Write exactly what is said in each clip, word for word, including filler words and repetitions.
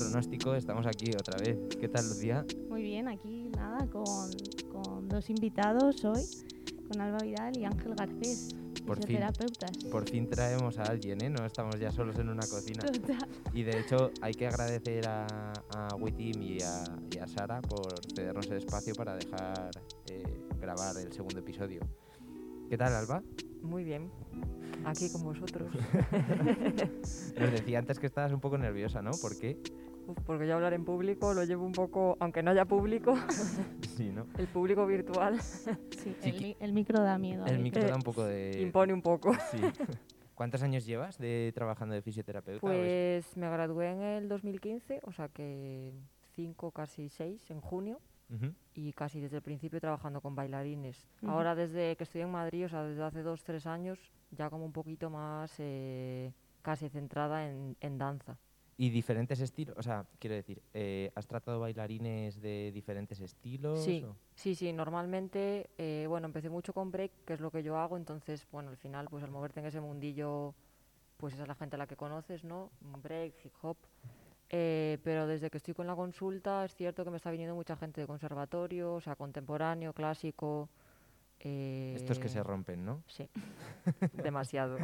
pronóstico, estamos aquí otra vez. ¿Qué tal, Lucía? Muy bien, aquí nada, con, con dos invitados hoy, con Alba Vidal y Ángel Garcés, Por fin, fisioterapeutas. por fin traemos a alguien, ¿eh? No estamos ya solos en una cocina. Total. Y de hecho hay que agradecer a, a WeTeam y a, y a Sara por cedernos el espacio para dejar eh, grabar el segundo episodio. ¿Qué tal, Alba? Muy bien, aquí con vosotros. Nos decía antes que estabas un poco nerviosa, ¿no? ¿Por qué? Uf, porque yo hablar en público lo llevo un poco, aunque no haya público, Sí, ¿no? el público virtual Sí, Sí el, que- mi- el micro da miedo. a El veces. micro Eh, da un poco de... impone un poco. Sí. ¿Cuántos años llevas de trabajando de fisioterapeuta? ¿O es- Pues me gradué en el dos mil quince, o sea que cinco, casi seis en junio, Ujú. y casi desde el principio trabajando con bailarines. Ujú. Ahora desde que estoy en Madrid, o sea, desde hace dos, tres años, ya como un poquito más eh, casi centrada en, en danza. ¿Y diferentes estilos? O sea, quiero decir, eh, ¿has tratado bailarines de diferentes estilos? Sí, o- sí, sí, normalmente, eh, bueno, empecé mucho con break, que es lo que yo hago, entonces, bueno, al final, pues al moverte en ese mundillo, pues esa es la gente a la que conoces, ¿no? Break, hip hop, eh, pero desde que estoy con la consulta es cierto que me está viniendo mucha gente de conservatorio, o sea, contemporáneo, clásico. eh, Estos que se rompen, ¿no? Sí, demasiado,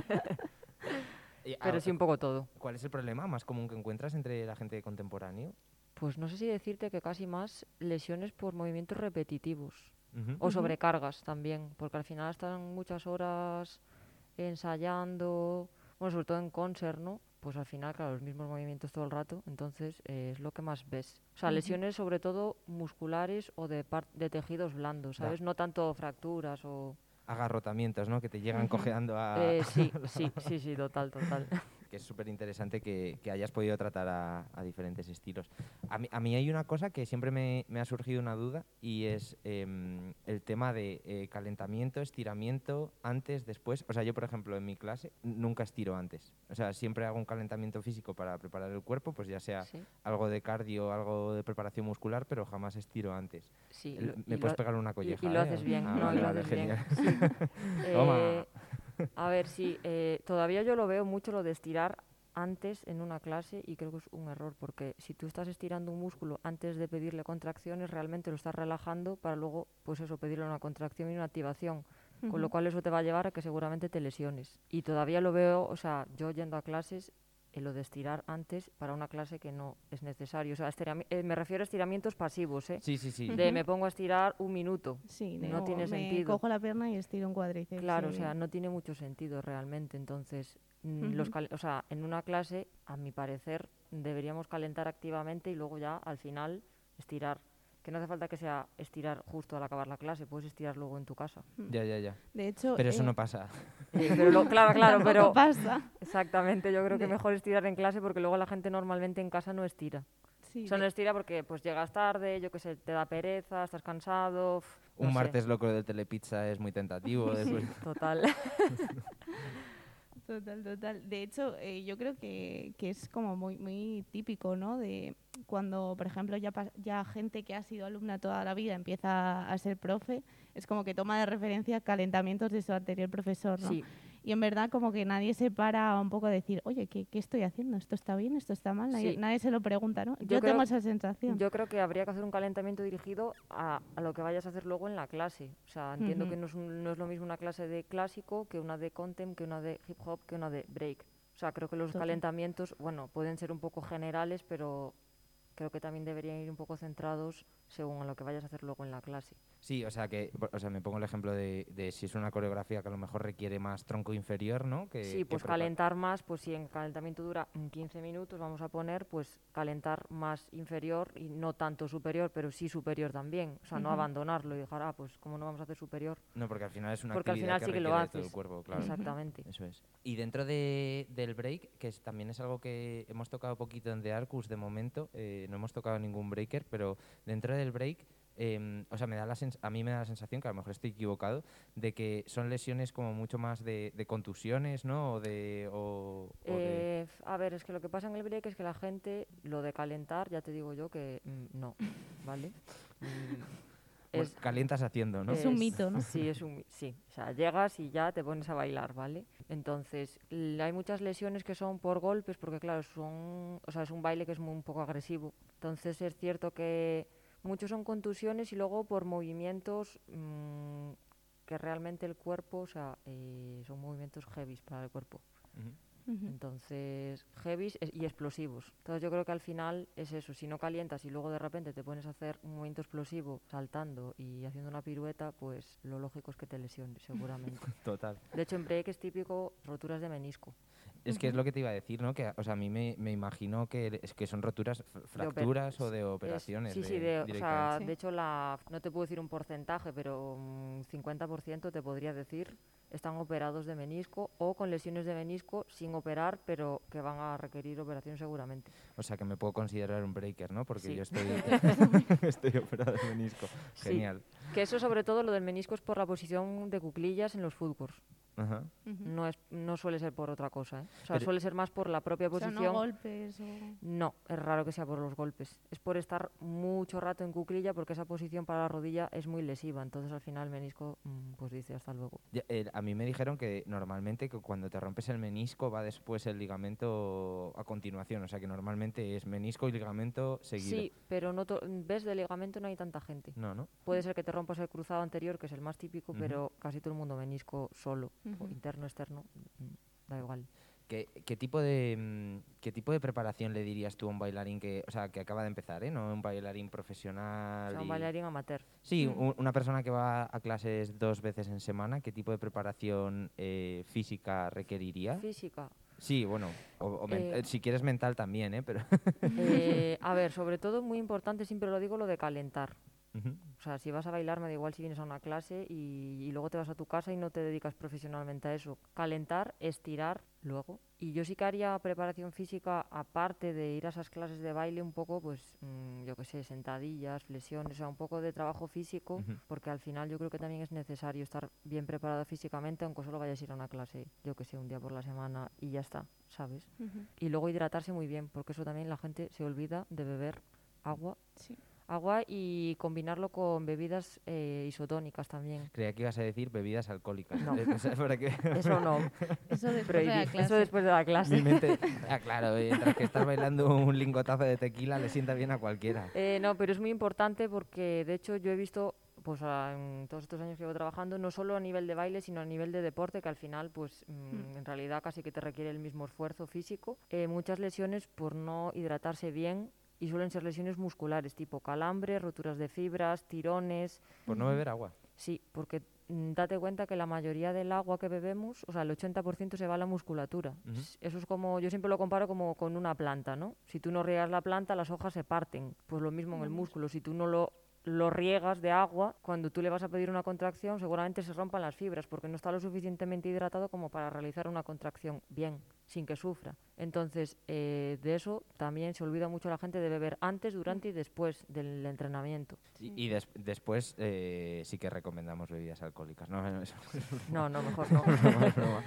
Y pero ahora, sí un poco todo. ¿cuál es el problema más común que encuentras entre la gente contemporáneo? Pues no sé si decirte que casi más lesiones por movimientos repetitivos. Ujú. O Ujú. sobrecargas también, porque al final están muchas horas ensayando, bueno, sobre todo en concert, ¿no? Pues al final, claro, los mismos movimientos todo el rato, entonces eh, es lo que más ves. O sea, Ujú. lesiones sobre todo musculares o de, par- de tejidos blandos, Ya. ¿sabes? No tanto fracturas o... Agarrotamientos, ¿no? Que te llegan Ujú. cojeando a... Eh, sí, sí, sí, sí, total, total. que es súper interesante que, que hayas podido tratar a, a diferentes estilos. A mí, a mí hay una cosa que siempre me, me ha surgido una duda y es em, el tema de eh, calentamiento, estiramiento, antes, después. O sea, yo, por ejemplo, en mi clase n- nunca estiro antes. O sea, siempre hago un calentamiento físico para preparar el cuerpo, pues ya sea Sí, algo de cardio, algo de preparación muscular, pero jamás estiro antes. sí. El- lo- me y puedes lo- pegar una y- colleja, y lo ¿eh? haces bien, Ah, no, vale, y lo vale, haces bien, genial. Toma. Eh, a ver, sí, eh, todavía yo lo veo mucho lo de estirar antes en una clase y creo que es un error porque si tú estás estirando un músculo antes de pedirle contracciones, realmente lo estás relajando para luego, pues eso, pedirle una contracción y una activación, con lo Ujú. cual eso te va a llevar a que seguramente te lesiones. Y todavía lo veo, o sea, yo yendo a clases, eh, lo de estirar antes para una clase que no es necesario. O sea, estirami- eh, me refiero a estiramientos pasivos, ¿eh? Sí, sí, sí. De Ujú. me pongo a estirar un minuto. Sí, de, No o tiene me sentido. cojo la pierna y estiro un cuádriceps. Claro, o sí. sea, no tiene mucho sentido realmente. Entonces, mm, los Ujú. cal- o sea, en una clase, a mi parecer, deberíamos calentar activamente y luego ya al final estirar. Que no hace falta que sea estirar justo al acabar la clase, puedes estirar luego en tu casa. Ya, ya, ya. De hecho, Pero eso eh, no pasa. Eh, pero lo- claro, claro, tampoco pero pasa. exactamente, yo creo que De- mejor estirar en clase porque luego la gente normalmente en casa no estira. Sí, O sea, de- no estira porque pues llegas tarde, yo qué sé, te da pereza, estás cansado, uf, no Un sé. martes loco del Telepizza es muy tentativo. Después... Total. Total, total. De hecho, eh, yo creo que, que es como muy, muy típico, ¿no? De cuando, por ejemplo, ya, pa- ya gente que ha sido alumna toda la vida empieza a ser profe, es como que toma de referencia calentamientos de su anterior profesor, ¿no? Sí, Y en verdad como que nadie se para un poco a decir, oye, ¿qué, qué estoy haciendo? ¿Esto está bien? ¿Esto está mal? Nadie, Sí. nadie se lo pregunta, ¿no? Yo, Yo tengo creo- esa sensación. yo creo que habría que hacer un calentamiento dirigido a, a lo que vayas a hacer luego en la clase. O sea, entiendo Ujú. que no es, un- no es lo mismo una clase de clásico que una de contem, que una de hip hop, que una de break. O sea, creo que los Total. calentamientos, bueno, pueden ser un poco generales, pero creo que también deberían ir un poco centrados según a lo que vayas a hacer luego en la clase. Sí, o sea, que o sea, me pongo el ejemplo de, de si es una coreografía que a lo mejor requiere más tronco inferior, ¿no? Que, Sí, que pues prepa- calentar más, pues si en calentamiento dura mm, quince minutos, vamos a poner, pues calentar más inferior y no tanto superior, pero sí superior también. O sea, no Ujú. abandonarlo y dejar, ah, pues ¿cómo no vamos a hacer superior? No, porque al final es una Porque al actividad final que sí que lo requiere de todo el haces. cuerpo, claro. Exactamente. Eso es. Y dentro de, del break, que es- también es algo que hemos tocado poquito en The Arcus de momento, eh, no hemos tocado ningún breaker, pero dentro del break, eh, o sea, me da la sens- a mí me da la sensación, que a lo mejor estoy equivocado, de que son lesiones como mucho más de, de contusiones, ¿no? O de... O, o de- Eh, f- a ver, es que lo que pasa en el break es que la gente, lo de calentar, ya te digo yo que mm, no, ¿vale? Mm, Es, calientas haciendo, ¿no? Es un mito, ¿no? Sí, es un mi- sí. O sea, llegas y ya te pones a bailar, ¿vale? Entonces, l- hay muchas lesiones que son por golpes, porque claro, son, o sea, es un baile que es muy, un poco agresivo. Entonces, es cierto que muchos son contusiones y luego por movimientos mm, que realmente el cuerpo, o sea, eh, son movimientos heavies para el cuerpo. Ujú. Ujú. Entonces, heavies es- y explosivos. Entonces yo creo que al final es eso, si no calientas y luego de repente te pones a hacer un movimiento explosivo saltando y haciendo una pirueta, pues lo lógico es que te lesiones, seguramente. Total. De hecho, en break es típico roturas de menisco. Es que es lo que te iba a decir, ¿no? Que, o sea, a mí me, me imagino que, es que son roturas, f- De oper- fracturas o de es- operaciones. sí, de- sí, de, o directamente. sea, Sí. de hecho, la, no te puedo decir un porcentaje, pero un cincuenta por ciento te podría decir están operados de menisco o con lesiones de menisco sin operar, pero que van a requerir operación seguramente. O sea, que me puedo considerar un breaker, ¿no? Porque Sí. yo estoy, estoy operado de menisco. Sí. Genial. Que eso, sobre todo, lo del menisco es por la posición de cuclillas en los fútbol. Ajá. Ujú. No, es, no suele ser por otra cosa, ¿eh? O sea, Pero- suele ser más por la propia O sea, posición. no golpes o... No, es raro que sea por los golpes. Es por estar mucho rato en cuclilla porque esa posición para la rodilla es muy lesiva. Entonces al final el menisco mm, pues dice hasta luego. Ya, eh, a mí me dijeron que normalmente que cuando te rompes el menisco va después el ligamento a continuación. O sea, que normalmente es menisco y ligamento seguido. Sí, pero no to- ves de ligamento no hay tanta gente. No, ¿no? Puede ser que te rompas el cruzado anterior, que es el más típico, Ujú. pero casi todo el mundo menisco solo, o Ujú. interno, externo, mm, da igual. ¿Qué, qué tipo de mm, qué tipo de preparación le dirías tú a un bailarín que, o sea, que acaba de empezar, ¿eh? No un bailarín O profesional. sea, un y- bailarín amateur. Sí, Mm. u- una persona que va a clases dos veces en semana, ¿qué tipo de preparación eh, física requeriría? Física. Sí, bueno, o, o men- Eh, eh, si quieres mental también, ¿eh? Pero Eh, a ver, sobre todo muy importante, siempre lo digo, lo de calentar. Ujú. O sea, si vas a bailar, me da igual si vienes a una clase y, y luego te vas a tu casa y no te dedicas profesionalmente a eso. Calentar, estirar luego. Y yo sí que haría preparación física, aparte de ir a esas clases de baile, un poco, pues, mm, yo qué sé, sentadillas, flexiones, o sea, un poco de trabajo físico, Ujú. porque al final yo creo que también es necesario estar bien preparado físicamente, aunque solo vayas a ir a una clase, yo que sé, un día por la semana y ya está, ¿sabes? Ujú. Y luego hidratarse muy bien, porque eso también la gente se olvida de beber agua. Sí. Agua y combinarlo con bebidas eh, isotónicas también. Creía que ibas a decir bebidas alcohólicas. No. Eh, o sea, para que Eso no, Eso después de la prohibido. clase. Eso después de la mi clase. mente... Ah, claro, mientras que estás bailando un lingotazo de tequila le sienta bien a cualquiera. Eh, no, pero es muy importante porque de hecho yo he visto, pues a- en todos estos años que llevo trabajando, no solo a nivel de baile, sino a nivel de deporte, que al final, pues mm, en realidad casi que te requiere el mismo esfuerzo físico. Eh, muchas lesiones por no hidratarse bien y suelen ser lesiones musculares, tipo calambre, roturas de fibras, tirones. Por no beber agua. Sí, porque mm, date cuenta que la mayoría del agua que bebemos, o sea, el ochenta por ciento se va a la musculatura. Ujú. S- Eso es como, yo siempre lo comparo como con una planta, ¿no? Si tú no riegas la planta, las hojas se parten. Pues lo mismo en el Mm. músculo. Si tú no lo, lo riegas de agua, cuando tú le vas a pedir una contracción, seguramente se rompan las fibras, porque no está lo suficientemente hidratado como para realizar una contracción bien, sin que sufra. Entonces, eh, de eso también se olvida mucho la gente de beber antes, durante y después del entrenamiento. Y, y des- después eh, sí que recomendamos bebidas alcohólicas. No, no, eso- No, no, mejor no. es broma, es broma.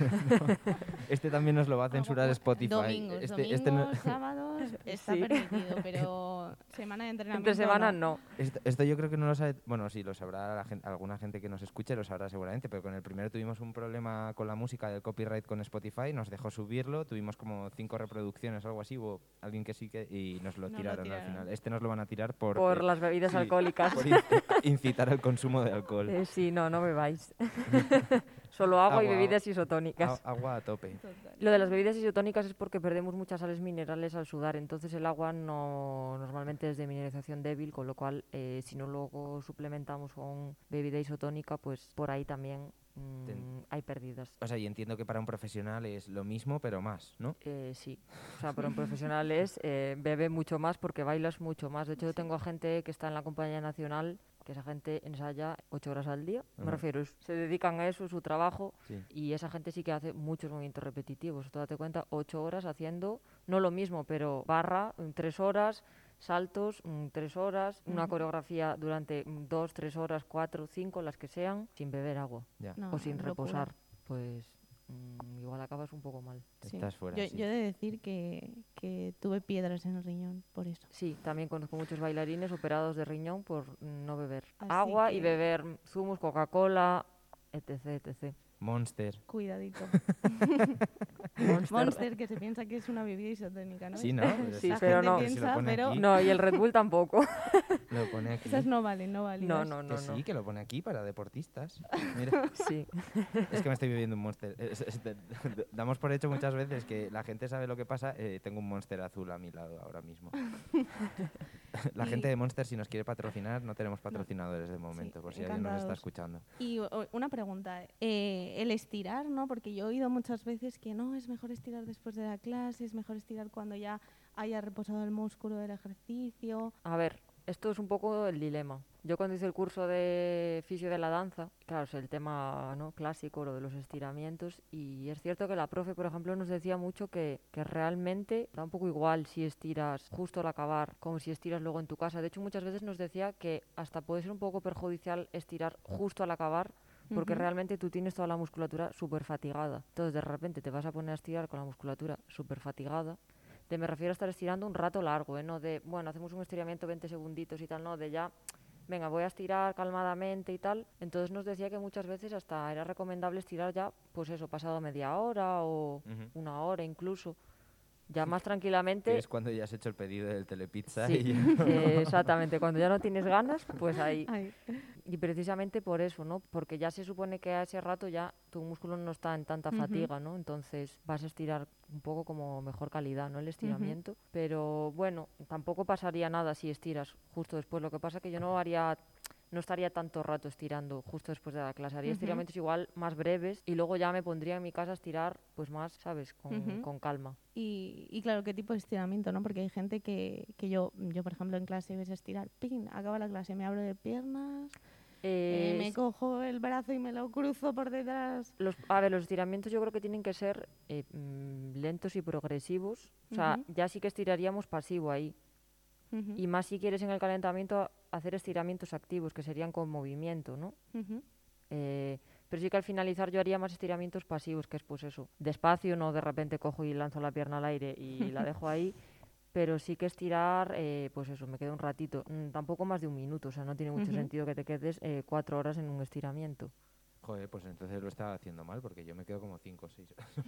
Este también nos lo va a censurar Spotify. Domingos, este, domingos, este no- sábados está Sí. permitido, pero semana de entrenamiento Entre semanas no. no. esto, esto yo creo que no lo sabe. Bueno, sí, lo sabrá la gen- alguna gente que nos escuche, lo sabrá seguramente, pero con el primero tuvimos un problema con la música del copyright con Spotify, nos dejó subirlo, tuvimos como cinco reproducciones o algo así, hubo alguien que sí que y nos lo Nos lo tiraron, al tiraron. final. Este nos lo van a tirar por, Por eh, las bebidas sí, alcohólicas. por in- incitar al consumo de alcohol. Eh, sí, no, no bebáis. Solo agua, y Agua, bebidas isotónicas. A- agua a tope. Total. Lo de las bebidas isotónicas es porque perdemos muchas sales minerales al sudar, entonces el agua no normalmente es de mineralización débil, con lo cual eh, si no luego suplementamos con bebida isotónica, pues por ahí también mm, Ten- hay pérdidas. O sea, y entiendo que para un profesional es lo mismo, pero más, ¿no? Eh, sí, o sea, para un profesional es eh, bebe mucho más porque bailas mucho más. De hecho, yo tengo a gente que está en la Compañía Nacional, que esa gente ensaya ocho horas al día. Me Ajá. refiero, es- se dedican a eso, es su trabajo. Sí. Y esa gente sí que hace muchos movimientos repetitivos. Tú date cuenta, ocho horas haciendo, no lo mismo, pero barra, mm, tres horas, saltos, mm, tres horas, una Ujú. coreografía durante mm, dos, tres horas, cuatro, cinco, las que sean, sin beber agua Ya. No, o sin locura. reposar. Pues mmm, igual acabas un poco mal. Sí. Estás fuera, Yo, sí. yo he de decir que, que tuve piedras en el riñón por eso. Sí, también conozco muchos bailarines operados de riñón por no beber Así agua y que- beber zumos, Coca-Cola, etc, etcétera. Monster. Cuidadito. Monster. Monster, que se piensa que es una bebida isotónica, ¿no? Sí, ¿no? Sí, es pero que no. si lo piensa, pone pero- aquí, No, y el Red Bull tampoco. lo pone aquí. Esas no valen, no valen. No, no, Que no, sí, no. que lo pone aquí para deportistas. Mira, Sí. es que me estoy bebiendo un Monster. Es- es de- de- damos por hecho muchas veces que la gente sabe lo que pasa. Eh, tengo un Monster azul a mi lado ahora mismo. La Y- gente de Monster, si nos quiere patrocinar, no tenemos patrocinadores de momento, Sí, por si alguien nos está encantados. escuchando. Y o- una pregunta, eh, el estirar, ¿no? Porque yo he oído muchas veces que no, es mejor estirar después de la clase, es mejor estirar cuando ya haya reposado el músculo del ejercicio. A ver, esto es un poco el dilema. Yo cuando hice el curso de fisio de la danza, claro, es el tema, ¿no?, clásico, lo de los estiramientos, y es cierto que la profe, por ejemplo, nos decía mucho que, que realmente da un poco igual si estiras justo al acabar como si estiras luego en tu casa. De hecho, muchas veces nos decía que hasta puede ser un poco perjudicial estirar justo al acabar, porque Ujú. realmente tú tienes toda la musculatura súper fatigada. Entonces, de repente te vas a poner a estirar con la musculatura súper fatigada. De me refiero a estar estirando un rato largo, ¿eh? No de, bueno, hacemos un estiramiento veinte segunditos y tal, no, de ya, venga, voy a estirar calmadamente y tal. Entonces nos decía que muchas veces hasta era recomendable estirar ya, pues eso, pasado media hora o Ujú. una hora incluso. Ya más Que tranquilamente. es cuando ya has hecho el pedido del telepizza Sí, y ya- eh, exactamente. Cuando ya no tienes ganas, pues ahí. Ay, Y precisamente por eso, ¿no? Porque ya se supone que a ese rato ya tu músculo no está en tanta Ujú. fatiga, ¿no? Entonces vas a estirar un poco como mejor calidad, ¿no? El estiramiento. Pero bueno, tampoco pasaría nada si estiras justo después. Lo que pasa es que yo no haría, no estaría tanto rato estirando justo después de la clase. Haría Ujú. estiramientos igual más breves y luego ya me pondría en mi casa a estirar pues más, ¿sabes? Con, Ujú. con calma. Y, y claro, ¿qué tipo de estiramiento, no? Porque hay gente que, que yo, yo, por ejemplo, en clase ves a estirar, pin, acaba la clase, me abro de piernas, eh, Eh, me cojo el brazo y me lo cruzo por detrás. Los, a ver, los estiramientos yo creo que tienen que ser eh, mm, lentos y progresivos. O sea, Ujú. ya sí que estiraríamos pasivo ahí. Ujú, Y más si quieres en el calentamiento hacer estiramientos activos, que serían con movimiento, ¿no? ujú. Eh, pero sí que al finalizar yo haría más estiramientos pasivos, que es pues eso, despacio, no de repente cojo y lanzo la pierna al aire y la dejo ahí. Pero sí que estirar, eh, pues eso, me quedo un ratito. Mm, tampoco más de un minuto, o sea, no tiene mucho Ujú. sentido que te quedes eh, cuatro horas en un estiramiento. Joder, pues entonces lo estaba haciendo mal porque yo me quedo como cinco o seis horas.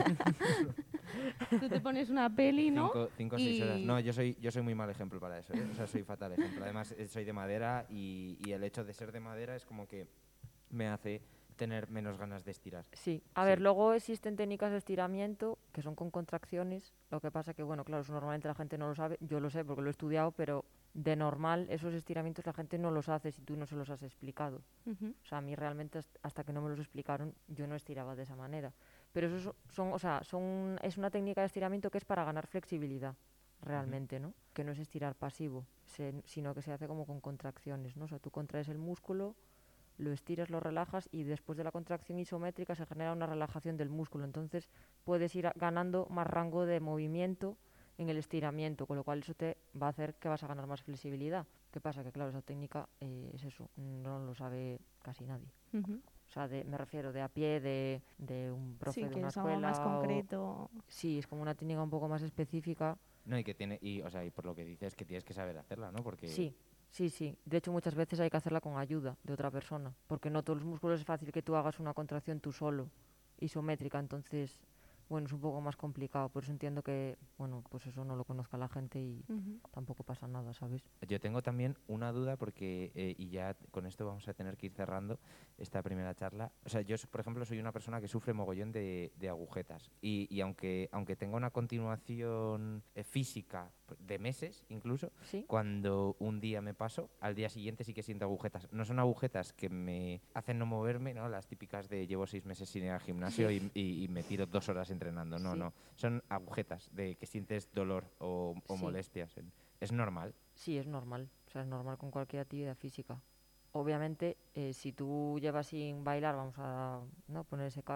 Tú te pones una peli, ¿no? Cinco, cinco o seis horas. Y- No, yo soy, yo soy muy mal ejemplo para eso, ¿eh? O sea, soy fatal ejemplo. Además, eh, soy de madera y, y el hecho de ser de madera es como que me hace tener menos ganas de estirar. Sí, a Sí. ver, luego existen técnicas de estiramiento que son con contracciones, lo que pasa que, bueno, claro, eso normalmente la gente no lo sabe, yo lo sé porque lo he estudiado, pero de normal esos estiramientos la gente no los hace si tú no se los has explicado. Ujú. O sea, a mí realmente hast- hasta que no me los explicaron yo no estiraba de esa manera. Pero eso so- son, o sea, son, es una técnica de estiramiento que es para ganar flexibilidad, realmente, ¿no? Que no es estirar pasivo, se- sino que se hace como con contracciones, ¿no? O sea, tú contraes el músculo, lo estiras, lo relajas y después de la contracción isométrica se genera una relajación del músculo. Entonces puedes ir a- ganando más rango de movimiento en el estiramiento, con lo cual eso te va a hacer que vas a ganar más flexibilidad. ¿Qué pasa? Que claro, esa técnica eh, es eso, no lo sabe casi nadie. Ujú. O sea, de, me refiero de a pie, de, de un profe Sí, de que una es algo escuela. más o- concreto. Sí, es como una técnica un poco más específica. No, y que tiene, y, o sea, y por lo que dices que tienes que saber hacerla, ¿no? Porque Sí, sí, sí. De hecho, muchas veces hay que hacerla con ayuda de otra persona, porque no todos los músculos es fácil que tú hagas una contracción tú solo, isométrica, entonces, bueno, es un poco más complicado. Por eso entiendo que, bueno, pues eso no lo conozca la gente y Ujú. tampoco pasa nada, ¿sabes? yo tengo también una duda porque, eh, y ya con esto vamos a tener que ir cerrando esta primera charla. O sea, yo, s- por ejemplo, soy una persona que sufre mogollón de, de agujetas. Y, y aunque, aunque tenga una continuación eh, física de meses incluso, Sí, cuando un día me paso, al día siguiente sí que siento agujetas. No son agujetas que me hacen no moverme, ¿no? Las típicas de llevo seis meses sin ir al gimnasio y, y- y me tiro dos horas entrenando. No, Sí. no. Son agujetas de que sientes dolor o, o Sí. molestias. Es normal. sí, es normal. O sea, es normal con cualquier actividad física. Obviamente, eh, si tú llevas sin bailar, vamos a no poner ese caso,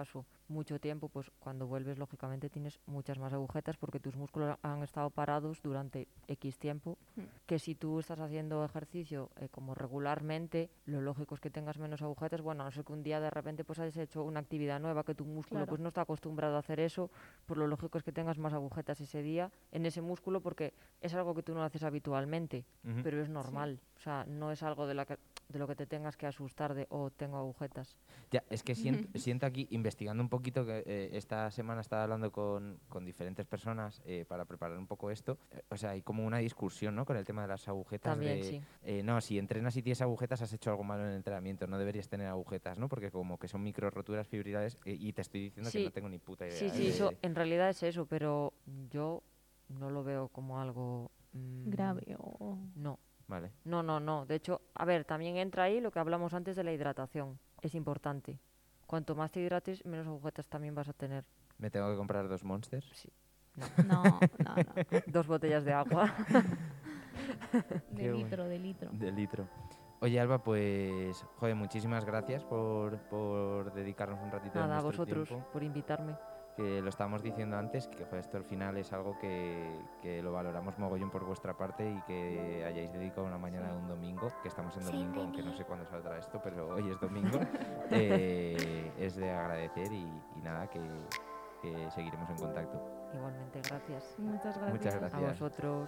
mucho tiempo, pues cuando vuelves, lógicamente, tienes muchas más agujetas porque tus músculos han estado parados durante X tiempo, Mm. que si tú estás haciendo ejercicio eh, como regularmente, lo lógico es que tengas menos agujetas. Bueno, a no ser que un día de repente pues hayas hecho una actividad nueva, que tu músculo Claro. pues no está acostumbrado a hacer eso, pues lo lógico es que tengas más agujetas ese día en ese músculo porque es algo que tú no haces habitualmente, Ujú. pero es normal. O sea, no es algo de, la que, de lo que te tengas que asustar de, oh, tengo agujetas. Ya, es que siento, siento aquí, investigando un poquito, que eh, esta semana estaba hablando con, con diferentes personas eh, para preparar un poco esto. eh, o sea, hay como una discusión, ¿no? Con el tema de las agujetas. También, de, sí. eh, no, si entrenas y tienes agujetas, has hecho algo malo en el entrenamiento. No deberías tener agujetas, ¿no? Porque como que son micro roturas fibrilares eh, y te estoy diciendo que Sí. no tengo ni puta idea. Sí, ¿eh? sí, de- eso, en realidad es eso, pero yo no lo veo como algo... mm, Grave o... No, Vale. no, no, no. De hecho, a ver, también entra ahí lo que hablamos antes de la hidratación. Es importante. Cuanto más te hidrates, menos agujetas también vas a tener. ¿Me tengo que comprar dos Monsters? Sí. No, no, no. Dos botellas de agua. De Qué litro, de litro. De litro. Oye, Alba, pues, joder, muchísimas gracias por, por dedicarnos un ratito de Nada, a nuestro vosotros tiempo. por invitarme. Que lo estábamos diciendo antes, que joder, esto al final es algo que, que lo valoramos mogollón por vuestra parte y que hayáis dedicado una mañana de un domingo, que estamos en domingo, aunque no sé cuándo saldrá esto, pero hoy es domingo, eh, es de agradecer y, y nada, que, que seguiremos en contacto. Igualmente, gracias. Muchas gracias. Muchas A gracias. vosotros.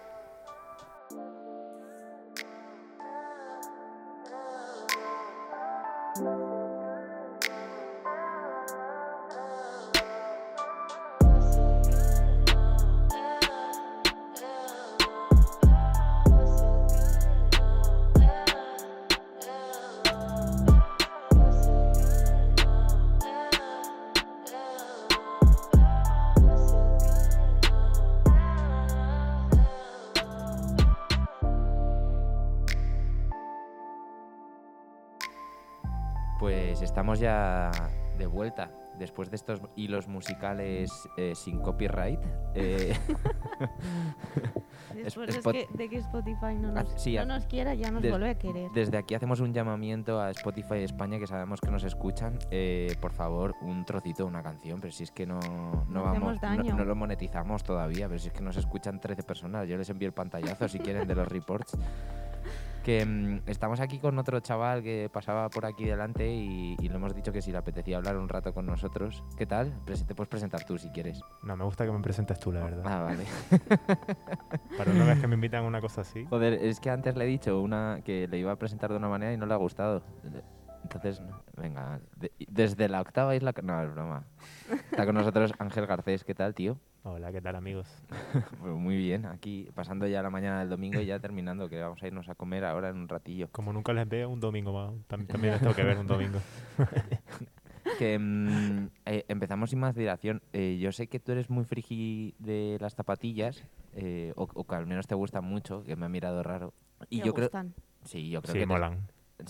Pues estamos ya de vuelta después de estos hilos musicales eh, sin copyright. eh, Después Es- es Spot- que, de que Spotify no Ah, nos, sí, no a- nos quiera, ya nos des- vuelve a querer. Desde aquí hacemos un llamamiento a Spotify España, que sabemos que nos escuchan. Eh, por favor, un trocito, una canción, pero si es que no, no No vamos, hacemos no, daño. no lo monetizamos todavía, pero si es que nos escuchan trece personas. Yo les envío el pantallazo si quieren de los reports. Que mm, estamos aquí con otro chaval que pasaba por aquí delante y, y le hemos dicho que si le apetecía hablar un rato con nosotros. ¿Qué tal? Pues te puedes presentar tú si quieres. No, me gusta que me presentes tú, la verdad. Ah, vale. Para una vez que me invitan a una cosa así. Joder, es que antes le he dicho una que le iba a presentar de una manera y no le ha gustado. Entonces, no, venga, de- desde la octava isla... No, es broma. Está con nosotros Ángel Garcés. ¿Qué tal, tío? Hola, ¿qué tal, amigos? Pues muy bien, aquí pasando ya la mañana del domingo y ya terminando, que vamos a irnos a comer ahora en un ratillo. Como nunca les veo, un domingo más. Tam- También les tengo que ver un domingo. Que mm, eh, empezamos sin más dilación. Eh, yo sé que tú eres muy friki de las zapatillas, eh, o, o que al menos te gustan mucho, que me ha mirado raro. Y Me yo creo... gustan. Sí, yo creo Sí, que... te- molan.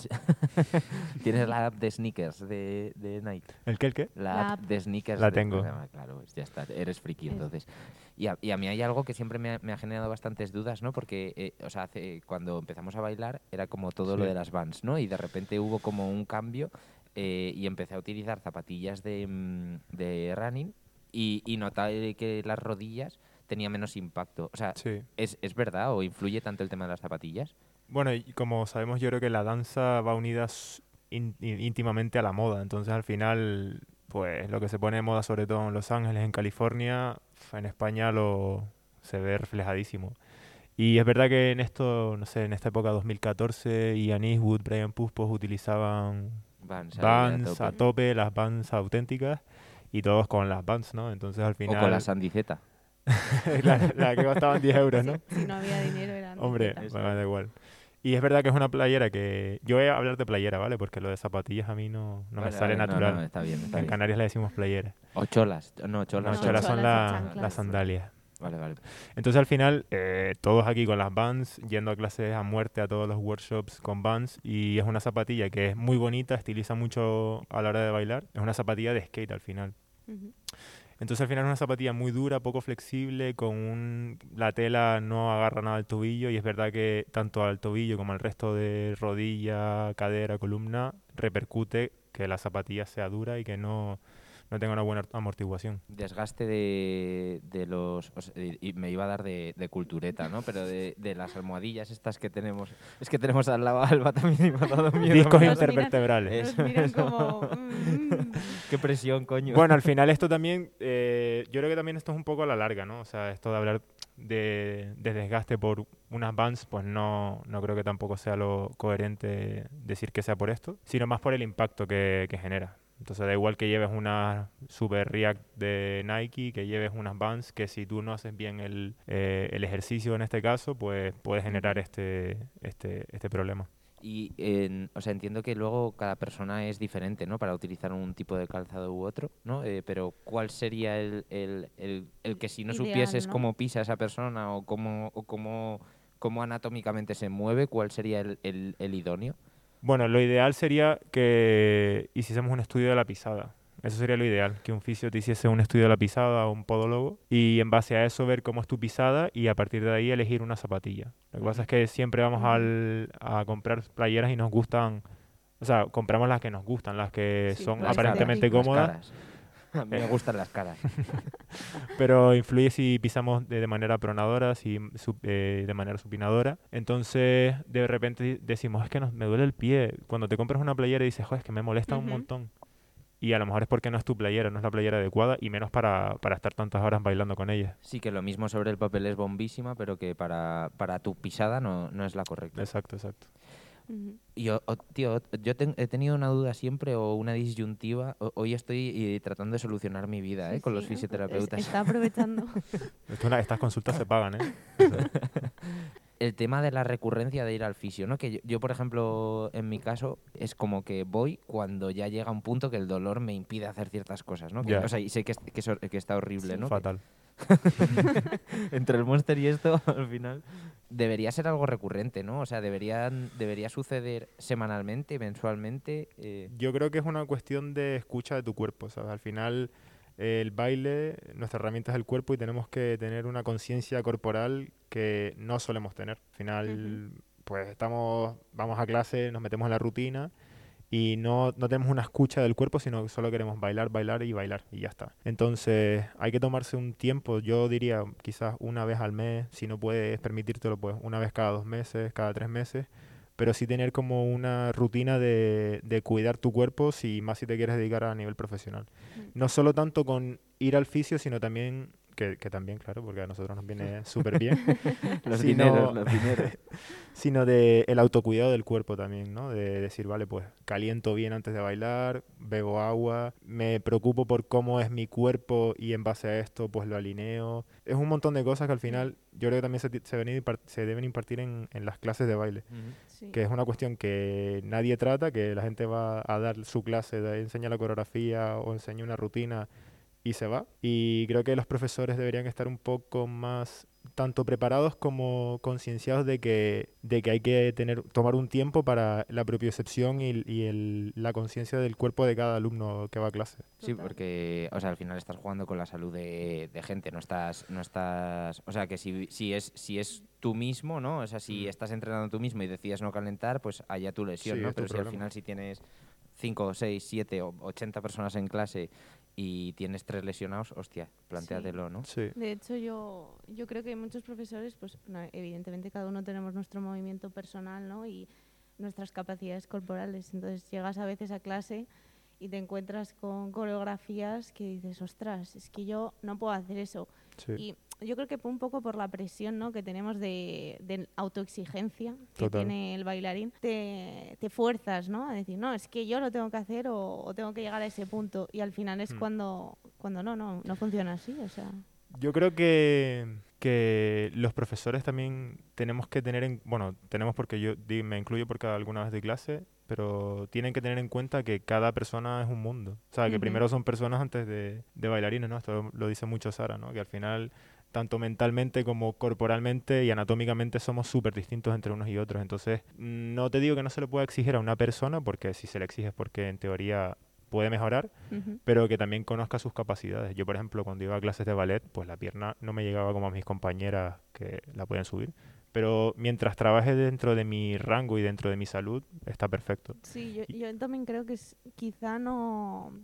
Tienes la app de sneakers de, de Nike. ¿El qué, el qué? La, La app app. de sneakers. La de- tengo. Ah, claro, pues ya está, eres friki Es- entonces. Y a, y a mí hay algo que siempre me ha, me ha generado bastantes dudas, ¿no? Porque, eh, o sea, hace, cuando empezamos a bailar era como todo lo Sí. de las Vans, ¿no? Y de repente hubo como un cambio eh, y empecé a utilizar zapatillas de, mm, de running y, y noté que las rodillas tenían menos impacto. O sea, Sí. ¿es, ¿es verdad o influye tanto el tema de las zapatillas? Bueno, y como sabemos, yo creo que la danza va unida s- ín- ín- íntimamente a la moda. Entonces, al final, pues lo que se pone de moda, sobre todo en Los Ángeles, en California, f- en España lo se ve reflejadísimo. Y es verdad que en esto, no sé, en esta época dos mil catorce, Ian Eastwood, Brian Puspos utilizaban Vans, ahí a Vans tope. a tope, las Vans auténticas, y todos con las Vans, ¿no? Entonces, al O final, con la Sandiceta. la, la que costaban diez euros, ¿no? Si, si no había dinero eran Hombre, recetas. me da igual. Y es verdad que es una playera que... Yo voy a hablar de playera, ¿vale? Porque lo de zapatillas a mí no, no me Vale, sale vale, no, natural. no, está bien, está En bien. Canarias le decimos playera. O cholas. No, No, cholas. No, cholas son- son cholas la- son chanclas. las sandalias. Vale, vale. Entonces al final, eh, todos aquí con las Vans, yendo a clases a muerte a todos los workshops con Vans, y es una zapatilla que es muy bonita, estiliza mucho a la hora de bailar. Es una zapatilla de skate al final. Ujú. Entonces al final es una zapatilla muy dura, poco flexible, con un... la tela no agarra nada al tobillo, y es verdad que tanto al tobillo como al resto de rodilla, cadera, columna, repercute que la zapatilla sea dura y que no, no tenga una buena amortiguación. Desgaste de, de los... O sea, y y me iba a dar de, de cultureta, ¿no? Pero de, de las almohadillas estas que tenemos... Es que tenemos al lado a Alba también y me ha dado miedo. Discos Nos miran- intervertebrales. Eso, Nos miran eso. como... mm, Qué presión, coño. Bueno, al final esto también, eh, yo creo que también esto es un poco a la larga, ¿no? O sea, esto de hablar de, de desgaste por unas bands, pues no, no creo que tampoco sea lo coherente decir que sea por esto, sino más por el impacto que, que genera. Entonces da igual que lleves una Super React de Nike, que lleves unas bands, que si tú no haces bien el, eh, el ejercicio en este caso, pues puedes generar este, este, este problema. Y, en- o sea, entiendo que luego cada persona es diferente, ¿no? Para utilizar un tipo de calzado u otro, ¿no? Eh, pero ¿cuál sería el, el, el, el que si no Ideal, supieses ¿no? cómo pisa esa persona o cómo, o cómo, cómo anatómicamente se mueve, cuál sería el, el, el idóneo? Bueno, lo ideal sería que hiciésemos un estudio de la pisada. Eso sería lo ideal, que un fisio te hiciese un estudio de la pisada o un podólogo y en base a eso ver cómo es tu pisada y a partir de ahí elegir una zapatilla. Lo que pasa es que siempre vamos Ujú. al, a comprar playeras y nos gustan, o sea, compramos las que nos gustan, las que Sí, son las aparentemente estéticas. cómodas, Las caras. A mí me gustan las caras. pero influye si pisamos de, de manera pronadora, si su- eh, de manera supinadora. Entonces, de repente decimos, es que nos, me duele el pie. Cuando te compras una playera y dices, joder, es que me molesta un Ujú. montón. Y a lo mejor es porque no es tu playera, no es la playera adecuada y menos para, para estar tantas horas bailando con ella. Sí, que lo mismo sobre el papel es bombísima, pero que para, para tu pisada no, no es la correcta. Exacto, exacto. Ujú. Y, o- o- tío, yo ten- he tenido una duda siempre o una disyuntiva. O- hoy estoy eh, tratando de solucionar mi vida Sí, eh, con los sí, fisioterapeutas. es- Está aprovechando. Esto una- estas consultas se pagan, ¿eh? El tema de la recurrencia de ir al fisio, ¿no? Que yo, yo, por ejemplo, en mi caso, es como que voy cuando ya llega un punto que el dolor me impide hacer ciertas cosas, ¿no? Que- Ya. O sea, y sé que, es- que, es hor- que está horrible, Sí. ¿no? Que Fatal. entre el Monster y esto, al final, debería ser algo recurrente, ¿no? O sea, deberían, debería suceder semanalmente, mensualmente. eh, Yo creo que es una cuestión de escucha de tu cuerpo, ¿sabes? Al final, el baile, nuestra herramienta es el cuerpo y tenemos que tener una conciencia corporal que no solemos tener. Al final, pues estamos, vamos a clase, nos metemos en la rutina y no, no tenemos una escucha del cuerpo, sino que solo queremos bailar, bailar y bailar y ya está. Entonces, hay que tomarse un tiempo, yo diría quizás una vez al mes, si no puedes permitírtelo, pues una vez cada dos meses, cada tres meses, pero sí tener como una rutina de, de cuidar tu cuerpo, si más si te quieres dedicar a nivel profesional. No solo tanto con ir al fisio, sino también, que, que también, claro, porque a nosotros nos viene súper bien, los sino- dineros, los dineros. sino de el autocuidado del cuerpo también, ¿no? De decir, vale, pues caliento bien antes de bailar, bebo agua, me preocupo por cómo es mi cuerpo y en base a esto pues lo alineo. Es un montón de cosas que al final yo creo que también se, ti- se, ven impar- se deben impartir en, en las clases de baile, Sí. que es una cuestión que nadie trata, que la gente va a dar su clase, de, enseña la coreografía o enseña una rutina y se va. Y creo que los profesores deberían estar un poco más tanto preparados como concienciados de que, de que hay que tener, tomar un tiempo para la propiocepción y, y el- la conciencia del cuerpo de cada alumno que va a clase. Sí, Total. porque, o sea, al final estás jugando con la salud de, de gente, no estás, no estás, o sea, que si, si es, si es tú mismo, ¿no? O sea, si Mm. estás entrenando tú mismo y decides no calentar, pues allá tu lesión, Sí, ¿no? es tu Pero si al problema. final si tienes cinco, seis, siete o ochenta personas en clase y tienes tres lesionados, hostia, plantéatelo, ¿no? Sí. De hecho, yo, yo creo que hay muchos profesores, pues no, evidentemente cada uno tenemos nuestro movimiento personal, ¿no? Y nuestras capacidades corporales. Entonces llegas a veces a clase y te encuentras con coreografías que dices, ostras, es que yo no puedo hacer eso. Sí. Y yo creo que un poco por la presión, ¿no? que tenemos de, de autoexigencia que Total. tiene el bailarín, te, te fuerzas, ¿no? A decir, no, es que yo lo tengo que hacer o, o tengo que llegar a ese punto. Y al final es Mm. cuando, cuando no, no, no funciona así. O sea, Yo creo que, que los profesores también tenemos que tener en... Bueno, tenemos porque yo di- me incluyo porque alguna vez de clase, pero tienen que tener en cuenta que cada persona es un mundo. O sea, que Ujú. primero son personas antes de, de bailarines, ¿no? Esto lo dice mucho Sara, ¿no? Que al final, tanto mentalmente como corporalmente y anatómicamente somos súper distintos entre unos y otros. Entonces, no te digo que no se le pueda exigir a una persona, porque si se le exige es porque en teoría puede mejorar, ujú. pero que también conozca sus capacidades. Yo, por ejemplo, cuando iba a clases de ballet, pues la pierna no me llegaba como a mis compañeras que la podían subir. Pero mientras trabaje dentro de mi rango y dentro de mi salud, está perfecto. Sí, yo, yo también creo que es, quizá no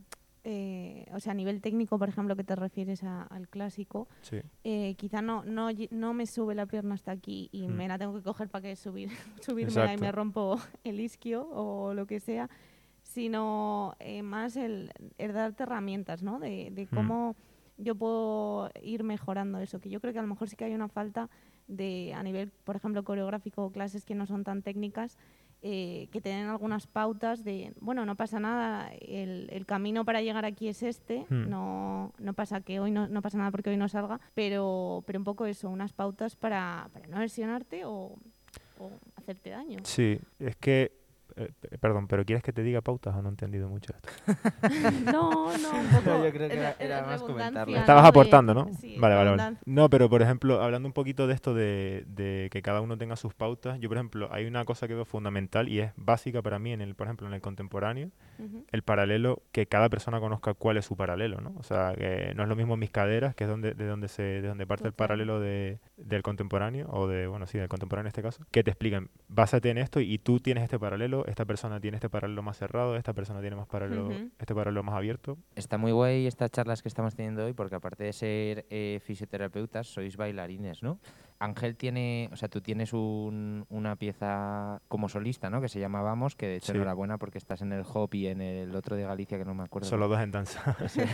eh, o sea, a nivel técnico, por ejemplo, que te refieres a- al clásico, Sí. eh, quizá no, no, lle- no me sube la pierna hasta aquí y Mm. me la tengo que coger para que subir, subírmela y Exacto. me rompo el isquio o lo que sea, sino eh, más el, el darte herramientas, ¿no? De, de Mm. cómo yo puedo ir mejorando eso, que yo creo que a lo mejor sí que hay una falta de, a nivel, por ejemplo, coreográfico o clases que no son tan técnicas, eh, que tienen algunas pautas de, bueno, no pasa nada, el, el camino para llegar aquí es este, Hmm. no, no pasa que hoy no, no pasa nada porque hoy no salga, pero, pero un poco eso, unas pautas para, para no lesionarte o, o hacerte daño. Sí, es que, eh, p- perdón, pero ¿quieres que te diga pautas o no he entendido mucho esto? No, no, un poco. No, yo creo que eh, era- eh, era más redundancia, comentarlo. ¿no? Estabas De- aportando, ¿no? sí, Vale, vale, vale. redundancia. No, pero por ejemplo, hablando un poquito de esto de, de que cada uno tenga sus pautas, yo por ejemplo, hay una cosa que veo fundamental y es básica para mí, en el, por ejemplo, en el contemporáneo, Ujú. el paralelo, que cada persona conozca cuál es su paralelo, ¿no? O sea, que no es lo mismo mis caderas, que es donde, de donde se, de donde parte el Total. paralelo de, del contemporáneo, o de, bueno, sí, del contemporáneo en este caso, que te explican, básate en esto y tú tienes este paralelo, esta persona tiene este paralelo más cerrado, esta persona tiene más paralelo, Ujú. este paralelo más abierto. Está muy guay estas charlas que estamos teniendo hoy porque aparte de ser eh, fisioterapeutas, sois bailarines, ¿no? Ángel tiene, o sea, tú tienes un- una pieza como solista, ¿no? Que se llama Vamos, que de hecho Sí. enhorabuena porque estás en el Hop y en el otro de Galicia que no me acuerdo. Solo dos en danza.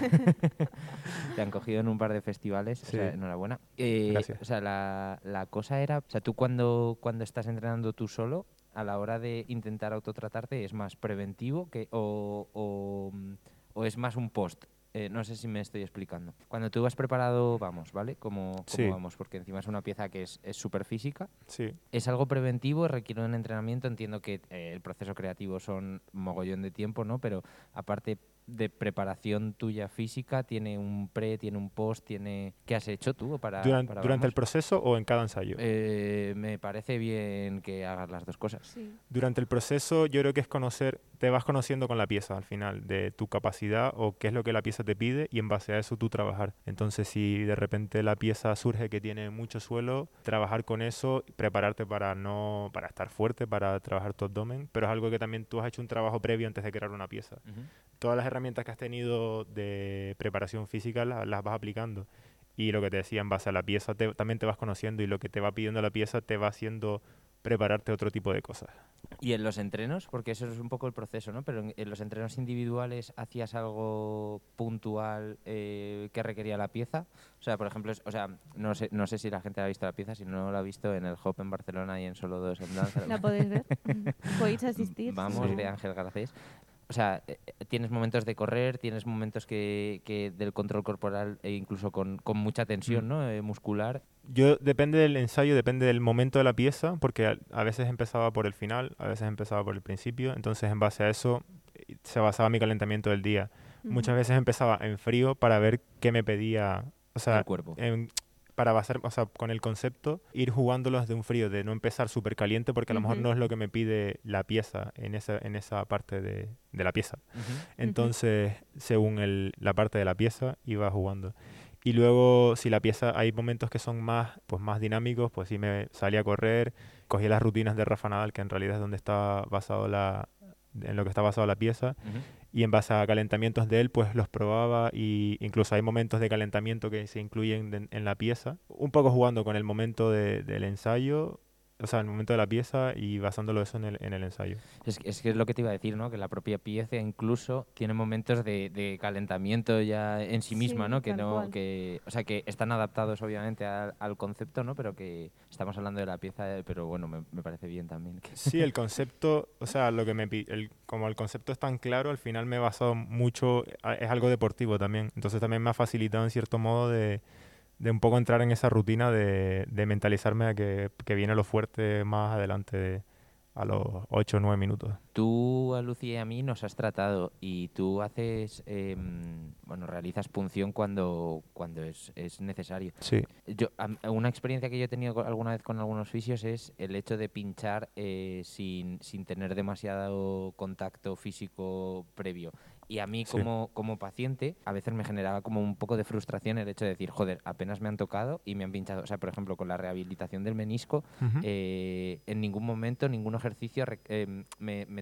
Te han cogido en un par de festivales, o Sí. sea, enhorabuena. Eh, Gracias. O sea, la, la cosa era, o sea, tú cuando, cuando estás entrenando tú solo, a la hora de intentar autotratarte, ¿es más preventivo que, o, o, mm, o es más un post? Eh, no sé si me estoy explicando. Cuando tú has preparado Vamos, ¿vale? Como, como Sí. Vamos, porque encima es una pieza que es súper física. Sí. ¿Es algo preventivo? ¿Requiere un entrenamiento? Entiendo que eh, el proceso creativo son mogollón de tiempo, ¿no? Pero aparte de preparación tuya física, ¿tiene un pre, tiene un post, tiene... ¿Qué has hecho tú para, Duran- para ¿Durante el Vamos? proceso o en cada ensayo? Eh, me parece bien que hagas las dos cosas. Sí. Durante el proceso yo creo que es conocer, te vas conociendo con la pieza al final, de tu capacidad o qué es lo que la pieza te pide y en base a eso tú trabajar. Entonces si de repente la pieza surge que tiene mucho suelo, trabajar con eso, prepararte para no para estar fuerte, para trabajar tu abdomen, pero es algo que también tú has hecho un trabajo previo antes de crear una pieza. Ujú. Todas las herramientas que has tenido de preparación física las, las vas aplicando. Y lo que te decía, en base a la pieza te- también te vas conociendo y lo que te va pidiendo la pieza te va haciendo prepararte otro tipo de cosas. Y en los entrenos, porque eso es un poco el proceso, ¿no? Pero en, en los entrenos individuales, ¿hacías algo puntual eh, que requería la pieza? O sea, por ejemplo, es- o sea, no sé, no sé si la gente ha visto la pieza, si no la ha visto en el Hop en Barcelona y en Solo Dos en Danza. La podéis ver. Podéis asistir. Vamos, si de no- Ángel Garcés. O sea, eh, eh, tienes momentos de correr, tienes momentos que, que del control corporal e incluso con, con mucha tensión, Mm. ¿no? Eh, muscular. Yo, depende del ensayo, depende del momento de la pieza, porque a, a veces empezaba por el final, a veces empezaba por el principio, entonces en base a eso eh, se basaba mi calentamiento del día. Muchas Ujú. veces empezaba en frío para ver qué me pedía, o sea, El cuerpo. en- para basar, o sea, con el concepto, ir jugándolos de un frío, de no empezar súper caliente, porque a lo mejor Ujú. no es lo que me pide la pieza en esa, en esa parte de, de la pieza. Ujú. Entonces, según el, la parte de la pieza, iba jugando. Y luego, si la pieza, hay momentos que son más, pues más dinámicos, pues sí me salía a correr, cogía las rutinas de Rafa Nadal, que en realidad es donde está basado la, en lo que está basado la pieza, Ujú. y en base a calentamientos de él, pues los probaba y incluso hay momentos de calentamiento que se incluyen de- en la pieza, un poco jugando con el momento de- del ensayo, o sea, el momento de la pieza y basándolo eso en el, en el ensayo. Es, que- es que es lo que te iba a decir, ¿no? Que la propia pieza incluso tiene momentos de, de calentamiento ya en sí misma, Sí, ¿no? Que tal no, cual. que, o sea, que están adaptados obviamente al, al concepto, ¿no? Pero que estamos hablando de la pieza, eh, pero bueno, me, me parece bien también. que- Sí, el concepto, o sea, lo que me pi- el, como el concepto es tan claro, al final me he basado mucho, a- es algo deportivo también. Entonces también me ha facilitado en cierto modo de, de un poco entrar en esa rutina de, de mentalizarme a que, que viene lo fuerte más adelante, de- a los ocho o nueve minutos. Tú a Lucía y a mí nos has tratado y tú haces, em, bueno, realizas punción cuando, cuando es, es necesario. Sí, Yo, am- una experiencia que yo he tenido co- alguna vez con algunos fisios es el hecho de pinchar eh, sin, sin tener demasiado contacto físico previo. Y a mí Sí. como, como paciente a veces me generaba como un poco de frustración el hecho de decir, joder, apenas me han tocado y me han pinchado. O sea, por ejemplo, con la rehabilitación del menisco, Ujú. eh, en ningún momento, ningún ejercicio re- em, me, me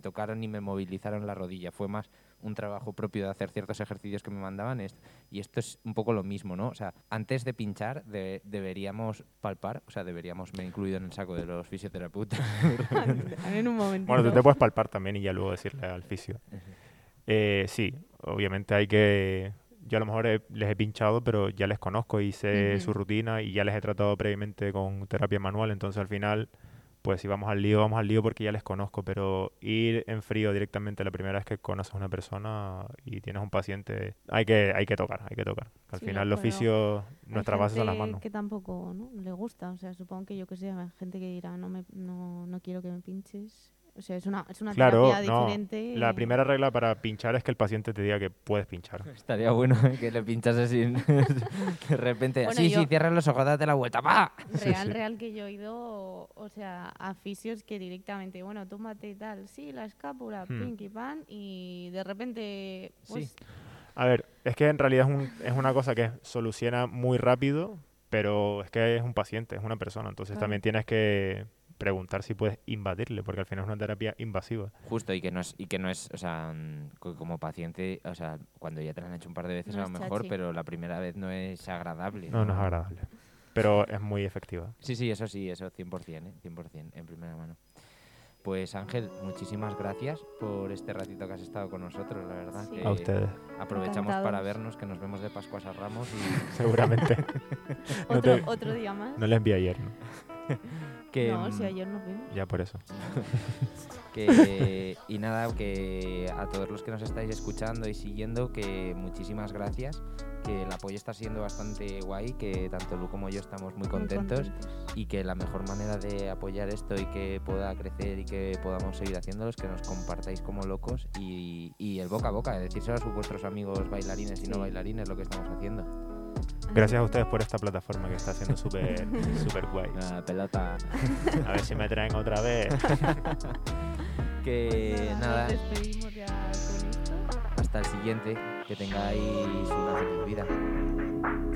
tocaron ni me movilizaron la rodilla. Fue más un trabajo propio de hacer ciertos ejercicios que me mandaban. Es, y esto es un poco lo mismo, ¿no? O sea, antes de pinchar de, deberíamos palpar, o sea, deberíamos, me he incluido en el saco de los fisioterapeutas. En un momento. Bueno, tú te puedes palpar también y ya luego decirle al fisio. Eh, sí, obviamente hay que... Yo a lo mejor he- les he pinchado, pero ya les conozco y sé Ujú. su rutina y ya les he tratado previamente con terapia manual, entonces al final, pues si vamos al lío, vamos al lío porque ya les conozco, pero ir en frío directamente la primera vez que conoces a una persona y tienes un paciente, hay que, hay que tocar, hay que tocar. Al Sí, final lo- los bueno, fisios, Hay nuestra base son las gente manos. que tampoco, ¿no?, le gusta. O sea, supongo que yo que sé, hay gente que dirá, no, me, no, no quiero que me pinches. O sea, es una, es una Claro, terapia no, diferente. la primera regla para pinchar es que el paciente te diga que puedes pinchar. Estaría bueno ¿eh? que le pinchase sin... de repente, Bueno, sí, yo- sí, cierra los ojos, date la vuelta, ¡pa! Real, sí. real que yo he ido, o sea, a fisios que directamente, bueno, túmbate y tal, sí, la escápula, Hmm. pink y pan, y de repente, pues, Sí. A ver, es que en realidad es, un, es una cosa que soluciona muy rápido, pero es que es un paciente, es una persona, entonces Claro. también tienes que preguntar si puedes invadirle, porque al final es una terapia invasiva. Justo, y que no es, y que no es, o sea, mm, co- como paciente, o sea, cuando ya te lo han hecho un par de veces No a lo es mejor, chachi. pero la primera vez no es agradable. No, no es agradable, pero es muy efectiva. Sí, sí, eso sí, eso cien por ciento, ¿eh? cien por ciento, en primera mano. Pues Ángel, muchísimas gracias por este ratito que has estado con nosotros, la verdad. Sí. que A ustedes, Aprovechamos para Encantados. vernos, que nos vemos de Pascuas a Ramos y seguramente. no, otro, te- otro día más. no les envié ayer, ¿no? que... No, si mm, ayer nos vimos. Ya por eso. que y nada, que a todos los que nos estáis escuchando y siguiendo, que muchísimas gracias, que el apoyo está siendo bastante guay, que tanto Lu como yo estamos muy Muy contentos, contentos. y que la mejor manera de apoyar esto y que pueda crecer y que podamos seguir haciéndolo es que nos compartáis como locos y, y el boca a boca, decírselo a vuestros amigos bailarines y no Sí. bailarines lo que estamos haciendo. Gracias a ustedes por esta plataforma que está siendo súper súper guay. La pelota. A ver si me traen otra vez. Que nada, Nos despedimos ya con esto. hasta el siguiente, que tengáis una feliz vida.